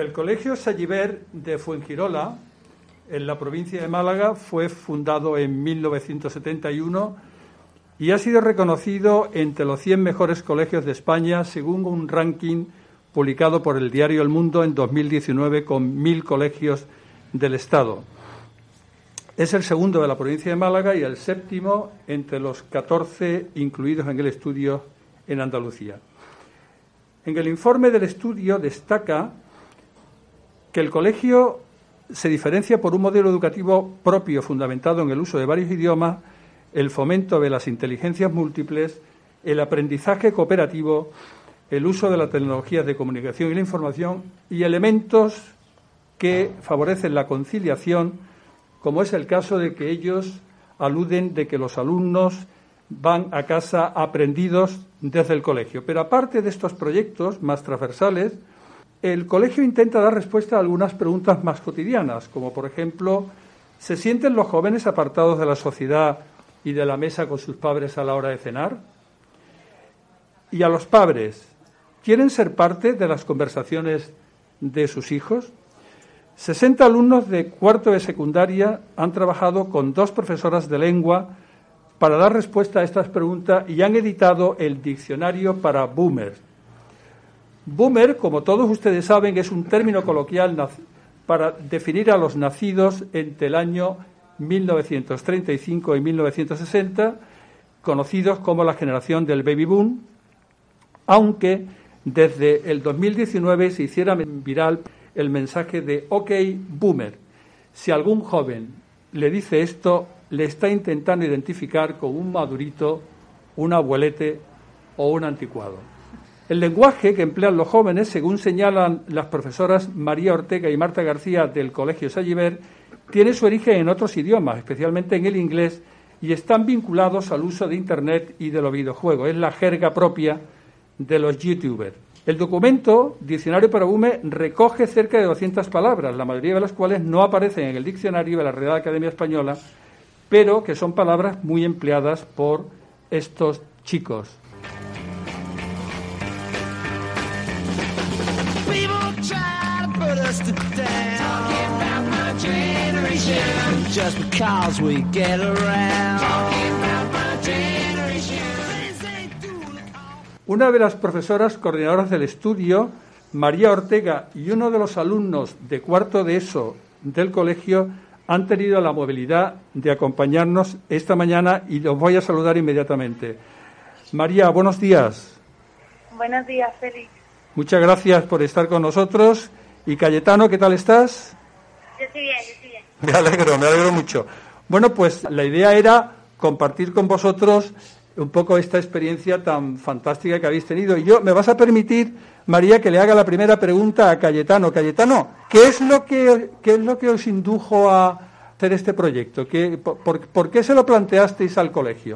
El Colegio Salliver de Fuengirola, en la provincia de Málaga, fue fundado en 1971 y ha sido reconocido entre los 100 mejores colegios de España según un ranking publicado por el diario El Mundo en 2019 con 1.000 colegios del Estado. Es el segundo de la provincia de Málaga y el séptimo entre los 14 incluidos en el estudio en Andalucía. En el informe del estudio destaca que el colegio se diferencia por un modelo educativo propio fundamentado en el uso de varios idiomas, el fomento de las inteligencias múltiples, el aprendizaje cooperativo, el uso de las tecnologías de comunicación y la información y elementos que favorecen la conciliación, como es el caso de que ellos aluden de que los alumnos van a casa aprendidos desde el colegio. Pero aparte de estos proyectos más transversales, el colegio intenta dar respuesta a algunas preguntas más cotidianas, como por ejemplo, ¿se sienten los jóvenes apartados de la sociedad y de la mesa con sus padres a la hora de cenar? Y a los padres, ¿quieren ser parte de las conversaciones de sus hijos? 60 alumnos de cuarto de secundaria han trabajado con 2 profesoras de lengua para dar respuesta a estas preguntas y han editado el diccionario para boomers. Boomer, como todos ustedes saben, es un término coloquial para definir a los nacidos entre el año 1935 y 1960, conocidos como la generación del baby boom, aunque desde el 2019 se hiciera viral el mensaje de OK Boomer. Si algún joven le dice esto, le está intentando identificar con un madurito, un abuelete o un anticuado. El lenguaje que emplean los jóvenes, según señalan las profesoras María Ortega y Marta García del Colegio Salliver, tiene su origen en otros idiomas, especialmente en el inglés, y están vinculados al uso de Internet y de los videojuegos. Es la jerga propia de los youtubers. El documento, Diccionario para Boomer, recoge cerca de 200 palabras, la mayoría de las cuales no aparecen en el diccionario de la Real Academia Española, pero que son palabras muy empleadas por estos chicos. Una de las profesoras coordinadoras del estudio, María Ortega, y uno de los alumnos de cuarto de ESO del colegio han tenido la amabilidad de acompañarnos esta mañana y los voy a saludar inmediatamente. María, buenos días. Buenos días, Félix. Muchas gracias por estar con nosotros. Y Cayetano, ¿qué tal estás? Yo estoy bien, yo estoy bien. Me alegro mucho. Bueno, pues la idea era compartir con vosotros un poco esta experiencia tan fantástica que habéis tenido. Y me vas a permitir, María, que le haga la primera pregunta a Cayetano. Cayetano, ¿qué es lo que os indujo a hacer este proyecto? ¿Por qué se lo planteasteis al colegio?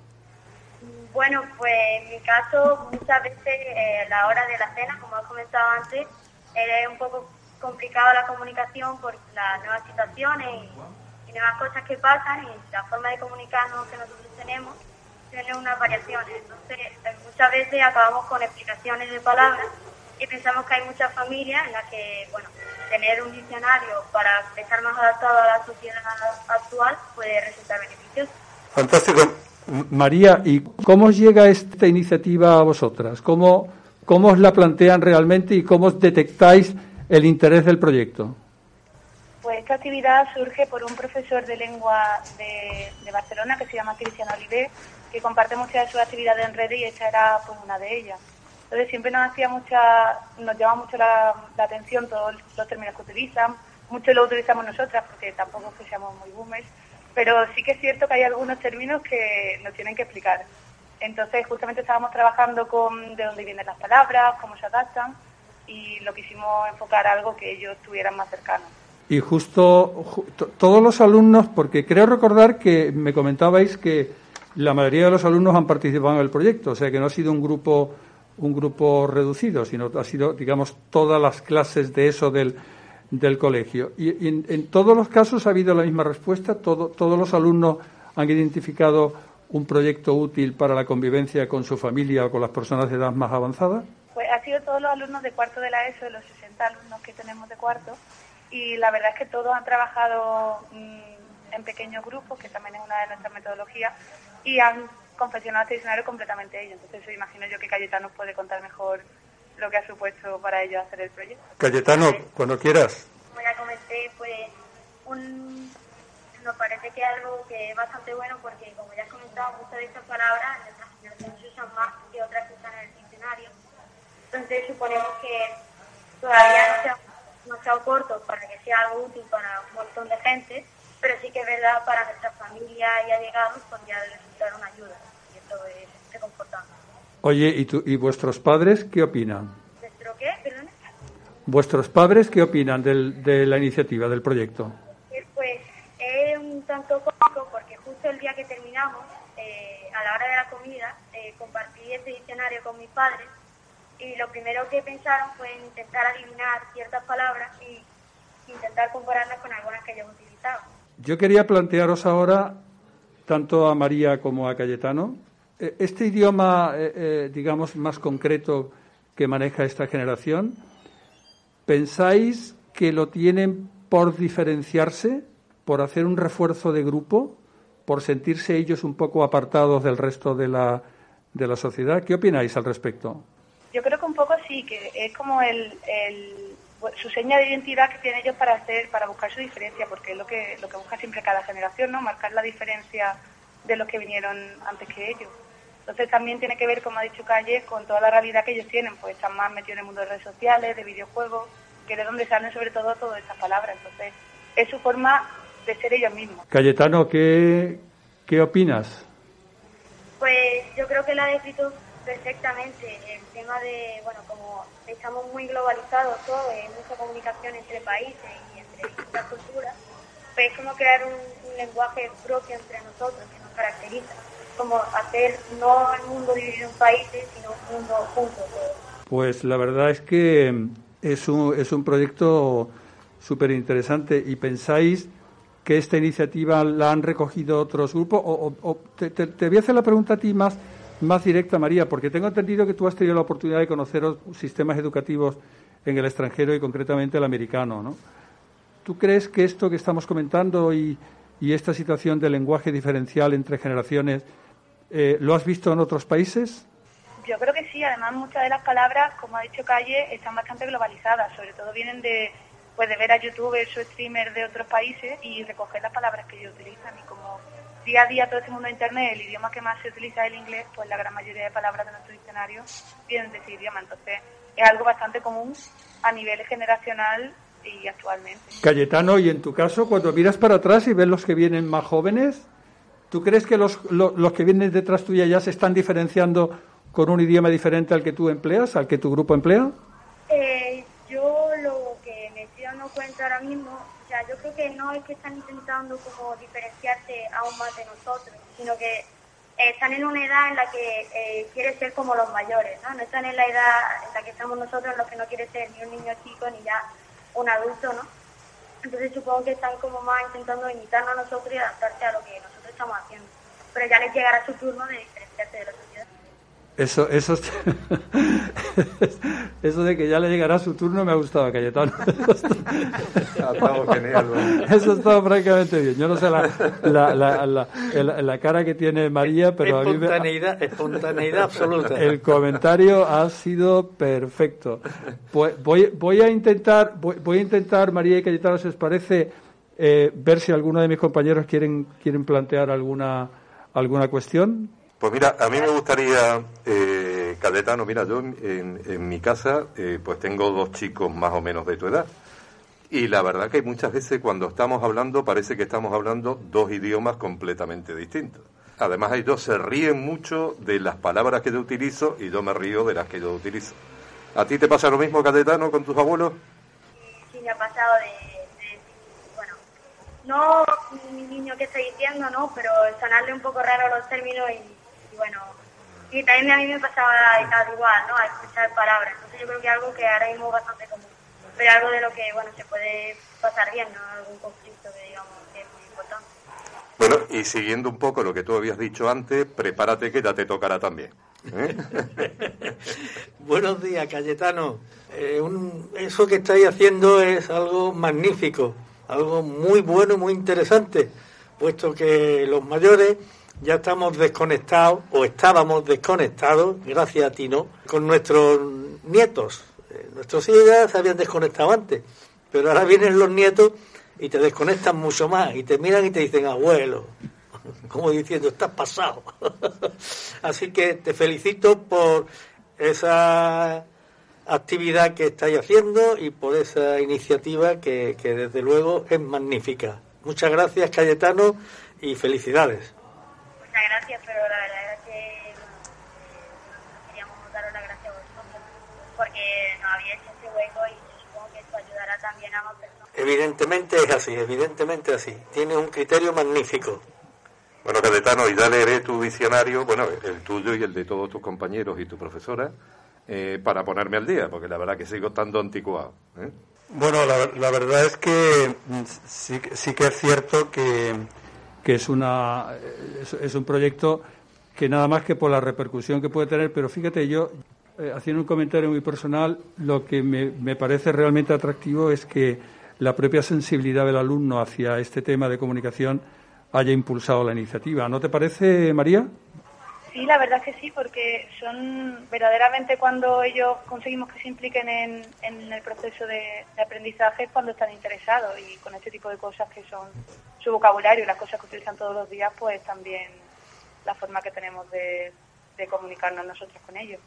Bueno, pues en mi caso, muchas veces la hora de la cena, como he comentado antes, era un poco complicada la comunicación por las nuevas situaciones y nuevas cosas que pasan, y la forma de comunicarnos que nosotros tenemos tiene unas variaciones. Entonces, muchas veces acabamos con explicaciones de palabras y pensamos que hay muchas familias en las que, bueno, tener un diccionario para estar más adaptado a la sociedad actual puede resultar beneficioso. Fantástico. María, ¿y cómo os llega esta iniciativa a vosotras? ¿Cómo os la plantean realmente y cómo os detectáis el interés del proyecto? Pues esta actividad surge por un profesor de lengua de Barcelona que se llama Cristian Oliver, que comparte muchas de sus actividades en redes y esta era pues una de ellas. Entonces siempre nos llama mucho la atención todos los términos que utilizan, mucho lo utilizamos nosotras porque tampoco es que seamos muy boomers, pero sí que es cierto que hay algunos términos que nos tienen que explicar. Entonces justamente estábamos trabajando con de dónde vienen las palabras, cómo se adaptan, y lo quisimos enfocar a algo que ellos tuvieran más cercano. Y justo todos los alumnos, porque creo recordar que me comentabais que la mayoría de los alumnos han participado en el proyecto, o sea que no ha sido un grupo reducido, sino ha sido, digamos, todas las clases de eso del colegio. Y en todos los casos ha habido la misma respuesta. Todos los alumnos han identificado un proyecto útil para la convivencia con su familia o con las personas de edad más avanzada. Pues ha sido todos los alumnos de cuarto de la ESO, de los 60 40 alumnos que tenemos de cuarto, y la verdad es que todos han trabajado en pequeños grupos, que también es una de nuestras metodologías, y han confeccionado este diccionario completamente ellos. Entonces imagino yo que Cayetano puede contar mejor lo que ha supuesto para ellos hacer el proyecto. Cayetano, cuando quieras. Como ya comenté, pues nos parece que es algo que es bastante bueno, porque como ya has comentado, muchas de estas palabras en nuestra generación se usan más que otras que están en el diccionario. Entonces suponemos que todavía no sea demasiado corto para que sea algo útil para un montón de gente, pero sí que es verdad para nuestra familia y allegados podría resultar una ayuda, y esto es reconfortante. Oye, ¿y vuestros padres qué opinan? ¿Nuestro qué? Perdón. ¿Vuestros padres qué opinan de la iniciativa, del proyecto? Pues es un tanto cómico porque justo el día que terminamos, a la hora de la comida, compartí este diccionario con mis padres y lo primero que pensaron fue en intentar adivinar ciertas palabras y intentar compararlas con algunas que ellos utilizaban. Yo quería plantearos ahora, tanto a María como a Cayetano, este idioma, digamos, más concreto que maneja esta generación, ¿pensáis que lo tienen por diferenciarse, por hacer un refuerzo de grupo, por sentirse ellos un poco apartados del resto de la sociedad? ¿Qué opináis al respecto? Yo creo que un poco sí, que es como su seña de identidad que tienen ellos para buscar su diferencia, porque es lo que busca siempre cada generación, ¿no? Marcar la diferencia de los que vinieron antes que ellos. Entonces también tiene que ver, como ha dicho Calle, con toda la realidad que ellos tienen, pues están más metidos en el mundo de redes sociales, de videojuegos, que es de donde salen sobre todo todas estas palabras. Entonces es su forma de ser ellos mismos. Cayetano, ¿qué opinas? Pues yo creo que la ha descrito perfectamente. El tema de, bueno, como estamos muy globalizados todos, hay mucha comunicación entre países y entre distintas culturas, pues es como crear un lenguaje propio entre nosotros que nos caracteriza, como hacer no el mundo dividido en países, sino un mundo junto todos. Pues la verdad es que es un proyecto súper interesante. ¿Y pensáis que esta iniciativa la han recogido otros grupos? Te voy a hacer la pregunta a ti más directa, María, porque tengo entendido que tú has tenido la oportunidad de conocer sistemas educativos en el extranjero y concretamente el americano, ¿no? ¿Tú crees que esto que estamos comentando y esta situación de lenguaje diferencial entre generaciones lo has visto en otros países? Yo creo que sí. Además, muchas de las palabras, como ha dicho Calle, están bastante globalizadas. Sobre todo vienen de ver a youtubers o streamers de otros países y recoger las palabras que ellos utilizan. Y como día a día todo este mundo de Internet, el idioma que más se utiliza es el inglés, pues la gran mayoría de palabras de nuestro diccionario vienen de ese idioma. Entonces es algo bastante común a nivel generacional y actualmente. Cayetano, y en tu caso, cuando miras para atrás y ves los que vienen más jóvenes, ¿tú crees que los que vienen detrás tuya ya se están diferenciando con un idioma diferente al que tú empleas, al que tu grupo emplea? Yo lo que me estoy dando cuenta ahora mismo, o sea, yo creo que no es que están intentando como diferenciarse aún más de nosotros, sino que están en una edad en la que quiere ser como los mayores, ¿no? No están en la edad en la que estamos nosotros, los que no quiere ser ni un niño chico ni ya un adulto, ¿no? Entonces supongo que están como más intentando imitarnos a nosotros y adaptarse a lo que nosotros estamos haciendo. Pero ya les llegará su turno de diferenciarse de la sociedad. Eso de que ya le llegará su turno me ha gustado, Cayetano. Eso está francamente bien. Yo no sé la cara que tiene María, pero espontaneidad absoluta. El comentario ha sido perfecto. Pues voy a intentar, María y Cayetano, si os parece, ver si alguno de mis compañeros quieren plantear alguna cuestión. Pues mira, a mí me gustaría, Cayetano, mira, yo en mi casa pues tengo 2 chicos más o menos de tu edad. Y la verdad que muchas veces cuando estamos hablando parece que estamos hablando 2 idiomas completamente distintos. Además ellos se ríen mucho de las palabras que yo utilizo y yo me río de las que yo utilizo. ¿A ti te pasa lo mismo, Cayetano, con tus abuelos? Sí, me ha pasado bueno, no mi niño que está diciendo, ¿no? Pero sonarle un poco raro los términos y bueno, y también a mí me pasaba igual, ¿no? A escuchar palabras. Entonces yo creo que es algo que ahora mismo es bastante común, pero algo de lo que, bueno, se puede pasar bien, ¿no? Algún conflicto que digamos que es muy importante. Bueno, y siguiendo un poco lo que tú habías dicho antes, prepárate que ya te tocará también. Buenos días, Cayetano. Eso que estáis haciendo es algo magnífico, algo muy bueno y muy interesante, puesto que los mayores ya estamos desconectados, o estábamos desconectados, gracias a ti, ¿no?, con nuestros nietos. Nuestros hijos ya se habían desconectado antes, pero ahora vienen los nietos y te desconectan mucho más, y te miran y te dicen, abuelo, como diciendo, estás pasado. Así que te felicito por esa actividad que estáis haciendo y por esa iniciativa que desde luego es magnífica. Muchas gracias, Cayetano, y felicidades. Muchas gracias, pero la verdad es que queríamos daros las gracias a vosotros porque nos había hecho ese hueco y yo supongo que esto ayudará también a más personas. Evidentemente es así. Tienes un criterio magnífico. Bueno, Cayetano, y ya leeré tu diccionario, bueno, el tuyo y el de todos tus compañeros y tu profesora, para ponerme al día, porque la verdad que sigo estando anticuado. Bueno, la verdad es que sí que es cierto que es un proyecto que nada más que por la repercusión que puede tener, pero fíjate, yo, haciendo un comentario muy personal, lo que me parece realmente atractivo es que la propia sensibilidad del alumno hacia este tema de comunicación haya impulsado la iniciativa. ¿No te parece, María? Sí, la verdad es que sí, porque son verdaderamente cuando ellos conseguimos que se impliquen en el proceso de aprendizaje cuando están interesados, y con este tipo de cosas que son su vocabulario y las cosas que utilizan todos los días, pues también la forma que tenemos de comunicarnos nosotros con ellos.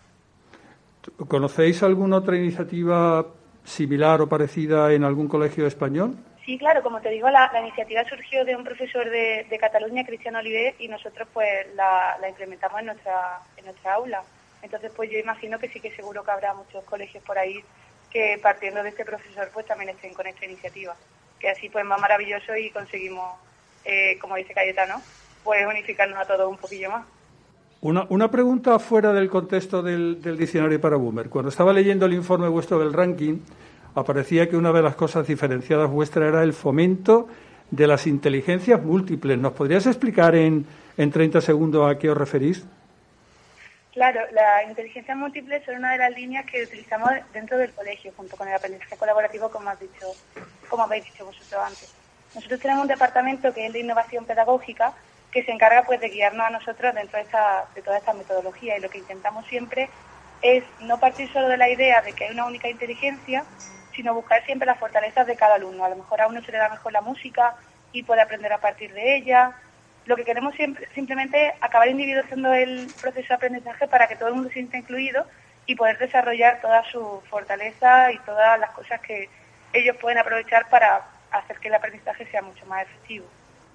¿Conocéis alguna otra iniciativa similar o parecida en algún colegio español? Sí, claro, como te digo, la iniciativa surgió de un profesor de Cataluña, Cristian Oliver, y nosotros pues la implementamos en nuestra aula. Entonces pues yo imagino que sí, que seguro que habrá muchos colegios por ahí que partiendo de este profesor pues también estén con esta iniciativa, que así pues más maravilloso y conseguimos, como dice Cayetano, pues unificarnos a todos un poquillo más. Una pregunta fuera del contexto del diccionario para Boomer. Cuando estaba leyendo el informe vuestro del ranking, aparecía que una de las cosas diferenciadas vuestra era el fomento de las inteligencias múltiples. ¿Nos podrías explicar en 30 segundos a qué os referís? Claro, las inteligencias múltiples son una de las líneas que utilizamos dentro del colegio, junto con el aprendizaje colaborativo, como habéis dicho vosotros antes. Nosotros tenemos un departamento que es el de innovación pedagógica, que se encarga pues de guiarnos a nosotros dentro de toda esta metodología, y lo que intentamos siempre es no partir solo de la idea de que hay una única inteligencia, sino buscar siempre las fortalezas de cada alumno. A lo mejor a uno se le da mejor la música y puede aprender a partir de ella. Lo que queremos simplemente es acabar individualizando el proceso de aprendizaje para que todo el mundo se sienta incluido y poder desarrollar toda su fortaleza y todas las cosas que ellos pueden aprovechar para hacer que el aprendizaje sea mucho más efectivo.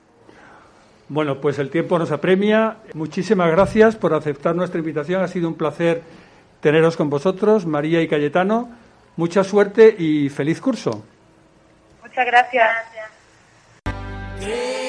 Bueno, pues el tiempo nos apremia. Muchísimas gracias por aceptar nuestra invitación. Ha sido un placer teneros con vosotros, María y Cayetano. Mucha suerte y feliz curso. Muchas gracias. Gracias.